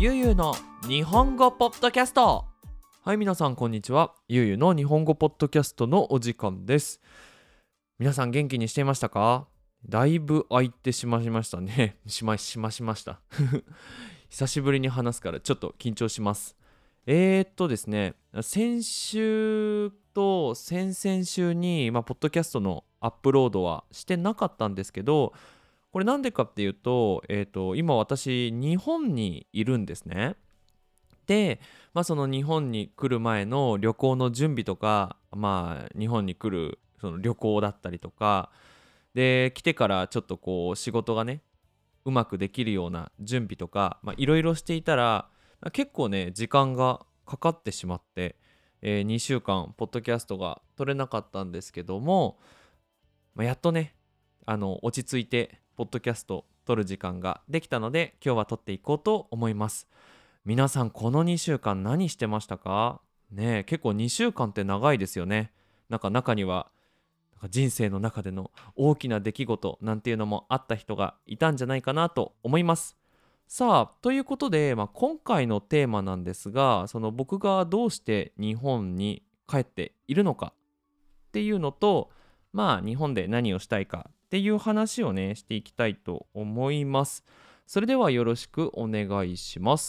ゆうゆうの日本語ポッドキャスト。はい、皆さんこんにちは。ゆうゆうの日本語ポッドキャストのお時間です。皆さん元気にしていましたか？だいぶ空いてしまいましたね。しました久しぶりに話すからちょっと緊張します。ですね、先週と先々週に、ポッドキャストのアップロードはしてなかったんですけど、これなんでかっていうと、今私日本にいるんですね。で、その日本に来る前の旅行の準備とか、日本に来るその旅行だったりとかで、来てからちょっとこう仕事がねうまくできるような準備とかいろいろしていたら、結構ね時間がかかってしまって、2週間ポッドキャストが撮れなかったんですけども、やっとね落ち着いてポッドキャスト撮る時間ができたので、今日は撮っていこうと思います。皆さんこの2週間何してましたかね？結構2週間って長いですよね。中には人生の中での大きな出来事なんていうのもあった人がいたんじゃないかなと思います。さあ、ということで、今回のテーマなんですが、その僕がどうして日本に帰っているのかっていうのと、日本で何をしたいかっていう話をねしていきたいと思います。それではよろしくお願いします。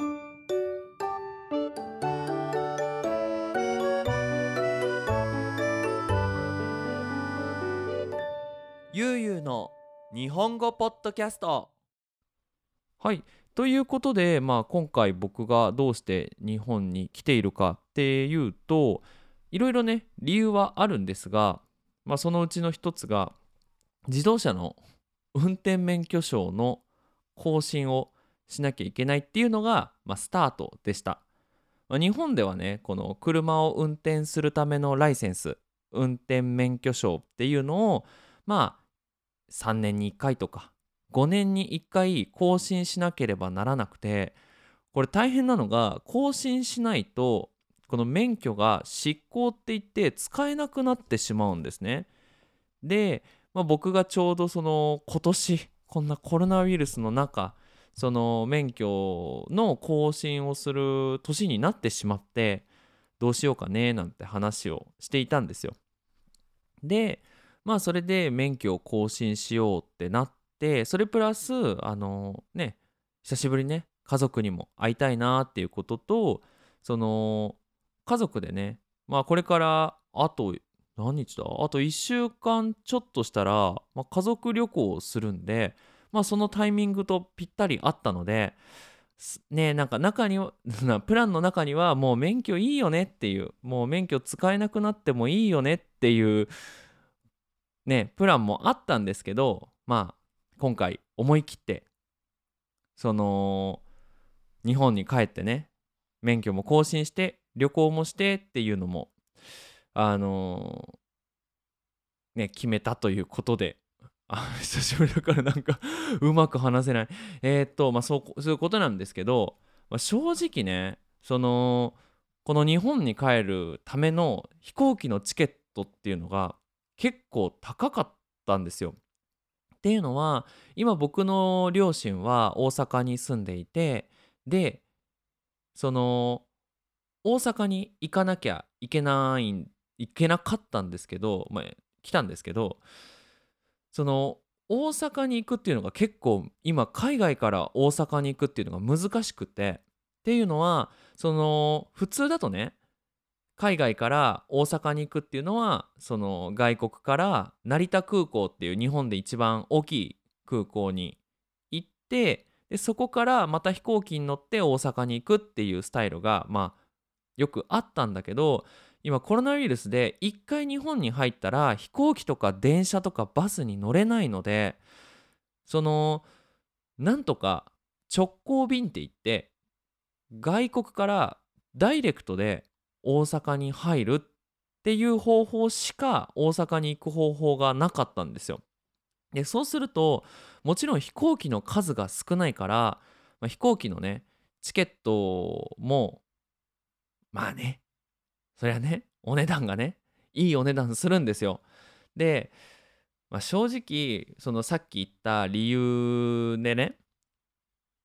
ゆうゆうの日本語ポッドキャスト。はい。ということで、今回僕がどうして日本に来ているかっていうと、いろいろね、理由はあるんですが、そのうちの一つが、自動車の運転免許証の更新をしなきゃいけないっていうのが、スタートでした。日本ではね、この車を運転するためのライセンス、運転免許証っていうのを、3年に1回とか5年に1回更新しなければならなくて、これ大変なのが更新しないとこの免許が失効って言って使えなくなってしまうんですね。で、僕がちょうどその今年こんなコロナウイルスの中、その免許の更新をする年になってしまって、どうしようかねなんて話をしていたんですよ。で、それで免許を更新しようってなって、それプラス久しぶりにね家族にも会いたいなっていうことと、その家族でね、これからあと何日だ、あと1週間ちょっとしたら、家族旅行をするんで、そのタイミングとぴったりあったので、中にはプランの中にはもう免許いいよねっていう、もう免許使えなくなってもいいよねっていうプランもあったんですけど、今回思い切ってその日本に帰ってね、免許も更新して旅行もしてっていうのもあの決めたということで、久しぶりだからうまく話せない。そういうことなんですけど、正直ね、この日本に帰るための飛行機のチケットっていうのが結構高かったんですよ。っていうのは、今僕の両親は大阪に住んでいて、で、その大阪に行かなきゃいけなかったんですけど、来たんですけど、その大阪に行くっていうのが結構今海外から大阪に行くっていうのが難しくて、っていうのは普通だとね、海外から大阪に行くっていうのはその外国から成田空港っていう日本で一番大きい空港に行って、でそこからまた飛行機に乗って大阪に行くっていうスタイルがよくあったんだけど、今コロナウイルスで一回日本に入ったら飛行機とか電車とかバスに乗れないので、そのなんとか直行便って言って外国からダイレクトで大阪に入るっていう方法しか大阪に行く方法がなかったんですよ。でそうするともちろん飛行機の数が少ないから、飛行機のねチケットもそりゃねお値段がねいいお値段するんですよ。で、正直そのさっき言った理由でね、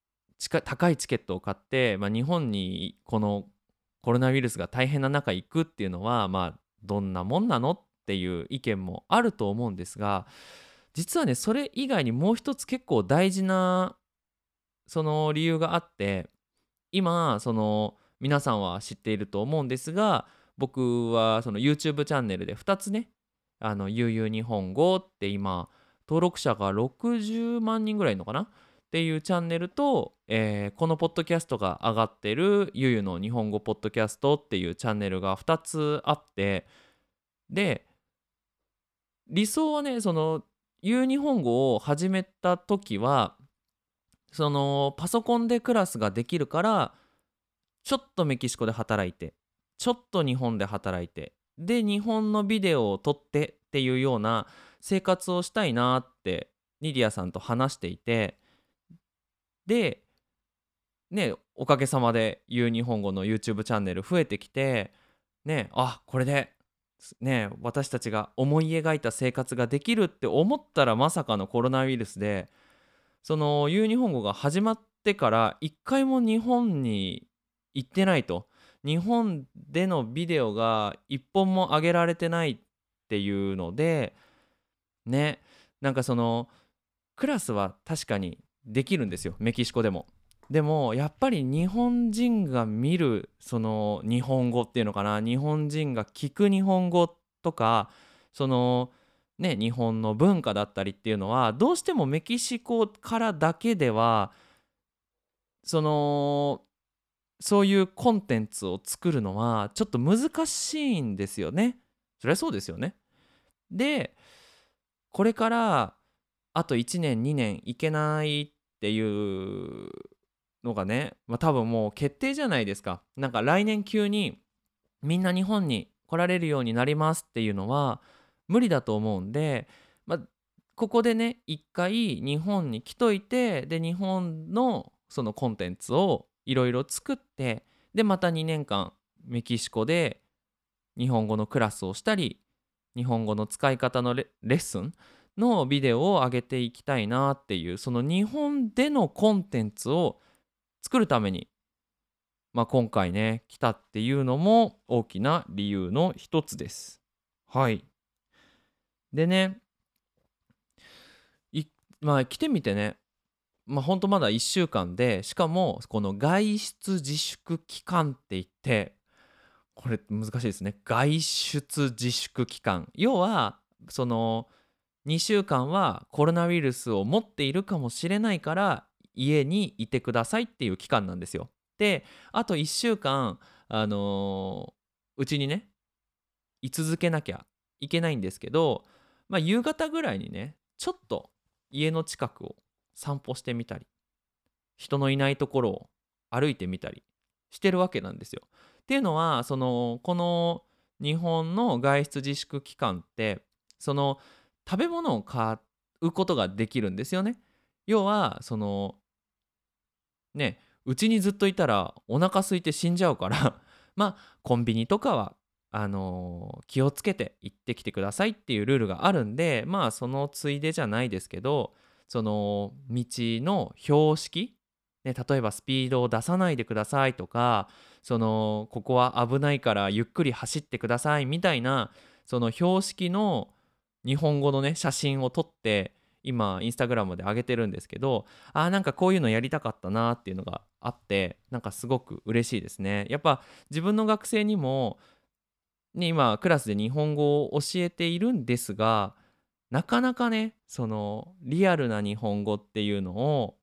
高いチケットを買って、日本にこのコロナウイルスが大変な中行くっていうのは、どんなもんなのっていう意見もあると思うんですが、実はね、それ以外にもう一つ結構大事なその理由があって、今皆さんは知っていると思うんですが、僕はその YouTube チャンネルで2つね、ゆうゆう日本語って今登録者が60万人ぐらいいるのかなっていうチャンネルと、このポッドキャストが上がってるゆうゆうの日本語ポッドキャストっていうチャンネルが2つあって、で理想はね、ゆう日本語を始めた時は、パソコンでクラスができるから、ちょっとメキシコで働いて、ちょっと日本で働いて、で日本のビデオを撮ってっていうような生活をしたいなってニディアさんと話していて、でね、おかげさまでゆう日本語の YouTube チャンネル増えてきて、ね、これでね、私たちが思い描いた生活ができるって思ったら、まさかのコロナウイルスで、その U 日本語が始まってから一回も日本に行ってないと。日本でのビデオが一本も上げられてないっていうので、ね、なんかクラスは確かにできるんですよ、メキシコでも。でもやっぱり日本人が見るその日本語っていうのかな、日本人が聞く日本語とか、その日本の文化だったりっていうのはどうしてもメキシコからだけではそのそういうコンテンツを作るのはちょっと難しいんですよね。そりゃそうですよね。でこれからあと1年2年いけないっていうのがね、多分もう決定じゃないですか。なんか来年急にみんな日本に来られるようになりますっていうのは無理だと思うんで、ここでね一回日本に来といて、で日本のそのコンテンツをいろいろ作って、でまた2年間メキシコで日本語のクラスをしたり、日本語の使い方のレッスンのビデオを上げていきたいなっていう、その日本でのコンテンツを作るために、今回ね来たっていうのも大きな理由の一つです。はい。でね、い来てみてね、ほんとまだ1週間で、しかもこの外出自粛期間って言って、これ難しいですね。外出自粛期間。要はその2週間はコロナウイルスを持っているかもしれないから家にいてくださいっていう期間なんですよ。であと1週間うちにね居続けなきゃいけないんですけど、夕方ぐらいにねちょっと家の近くを散歩してみたり、人のいないところを歩いてみたりしてるわけなんですよ。っていうのはこの日本の外出自粛期間って食べ物を買うことができるんですよね。要はうちにずっといたらお腹空いて死んじゃうからコンビニとかは気をつけて行ってきてくださいっていうルールがあるんで、そのついでじゃないですけど、その道の標識、例えばスピードを出さないでくださいとか、ここは危ないからゆっくり走ってくださいみたいな、その標識の日本語のね写真を撮って今インスタグラムで上げてるんですけど、なんかこういうのやりたかったなっていうのがあって、なんかすごく嬉しいですね。やっぱ自分の学生にも今クラスで日本語を教えているんですが、なかなかねリアルな日本語っていうのを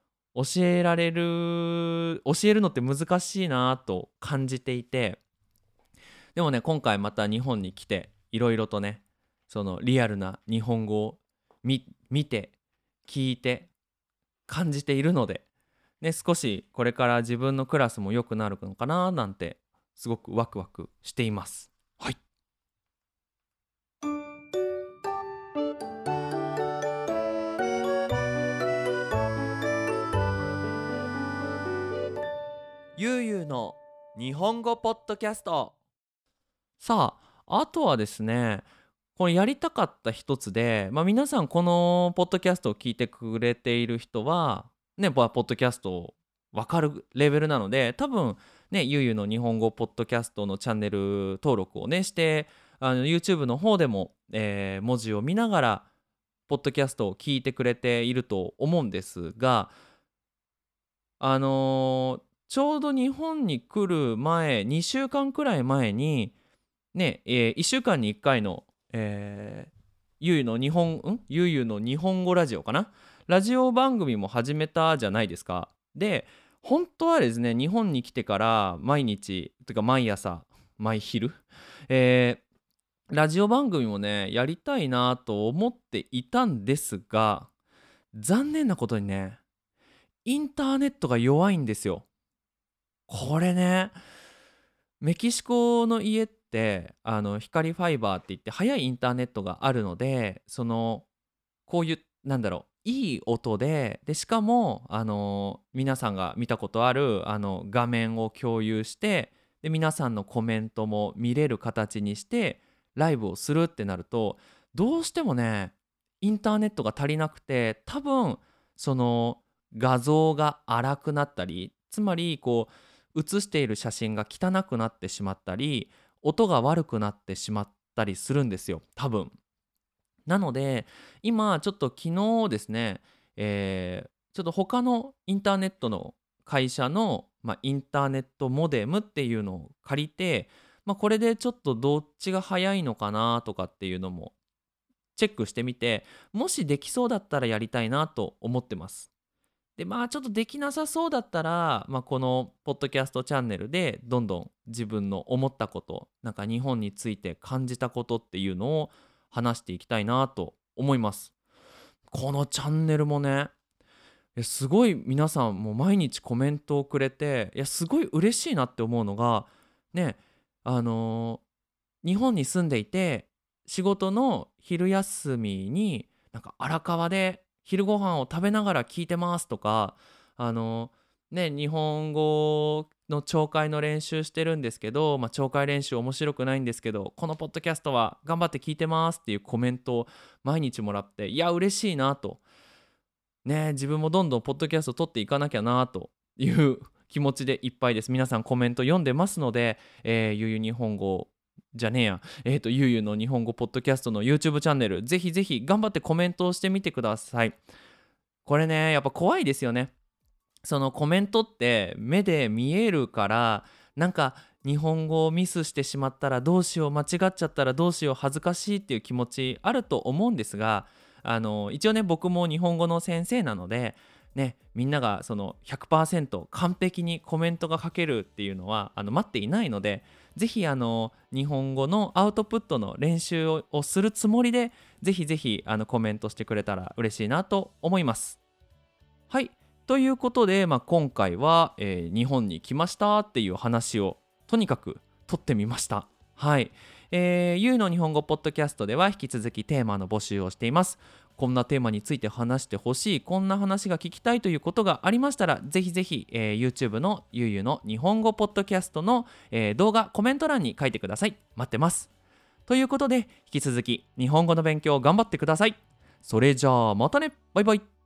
教えるのって難しいなと感じていて、でもね今回また日本に来ていろいろとねそのリアルな日本語を見て聞いて感じているので、少しこれから自分のクラスも良くなるのかななんてすごくワクワクしています。はい。ゆうゆうの日本語ポッドキャスト。さあ、あとはですね、これやりたかった一つで、皆さんこのポッドキャストを聞いてくれている人は、ポッドキャストを分かるレベルなので、多分ね、ゆうゆうの日本語ポッドキャストのチャンネル登録をねして、YouTube の方でも、文字を見ながらポッドキャストを聞いてくれていると思うんですが、ちょうど日本に来る前、2週間くらい前にね、1週間に1回の、ゆうゆうのゆうゆうの日本語ラジオかな、ラジオ番組も始めたじゃないですか。で、本当はですね、日本に来てから毎日というか毎朝毎昼、えーラジオ番組もねやりたいなと思っていたんですが、残念なことにね、インターネットが弱いんですよ。これね、メキシコの家って光ファイバーって言って速いインターネットがあるので、こういうなんだろう、いい音でしかも皆さんが見たことある画面を共有して、で皆さんのコメントも見れる形にしてライブをするってなると、どうしてもねインターネットが足りなくて、多分その画像が荒くなったり、つまりこう写している写真が汚くなってしまったり、音が悪くなってしまったりするんですよ、多分。なので今ちょっと昨日ですね、ちょっと他のインターネットの会社の、インターネットモデムっていうのを借りて、これでちょっとどっちが早いのかなとかっていうのもチェックしてみて、もしできそうだったらやりたいなと思ってます。でちょっとできなさそうだったら、このポッドキャストチャンネルでどんどん自分の思ったこと、なんか日本について感じたことっていうのを話していきたいなと思います。このチャンネルもね、すごい皆さんもう毎日コメントをくれて、すごい嬉しいなって思うのがね、あの日本に住んでいて仕事の昼休みになんか荒川で昼ご飯を食べながら聞いてますとか、あの日本語の聴解の練習してるんですけど、聴解練習面白くないんですけどこのポッドキャストは頑張って聞いてますっていうコメントを毎日もらって、嬉しいなとね、自分もどんどんポッドキャスト撮っていかなきゃなという気持ちでいっぱいです。皆さんコメント読んでますので、ゆうゆう日本語じゃねえや、ゆうゆうの日本語ポッドキャストの YouTube チャンネル、ぜひぜひ頑張ってコメントをしてみてください。これね、やっぱ怖いですよね。そのコメントって目で見えるから、なんか日本語をミスしてしまったらどうしよう、間違っちゃったらどうしよう、恥ずかしいっていう気持ちあると思うんですが、一応ね僕も日本語の先生なのでね、みんながその 100% 完璧にコメントが書けるっていうのは待っていないので、ぜひ日本語のアウトプットの練習をするつもりで、ぜひぜひコメントしてくれたら嬉しいなと思います。はい、ということで、今回は、日本に来ましたっていう話をとにかく撮ってみました。はい、ゆうの日本語ポッドキャストでは引き続きテーマの募集をしています。こんなテーマについて話してほしい、こんな話が聞きたいということがありましたら、ぜひぜひ、YouTube のゆうゆうの日本語ポッドキャストの、動画コメント欄に書いてください。待ってます。ということで引き続き日本語の勉強頑張ってください。それじゃあまたね、バイバイ。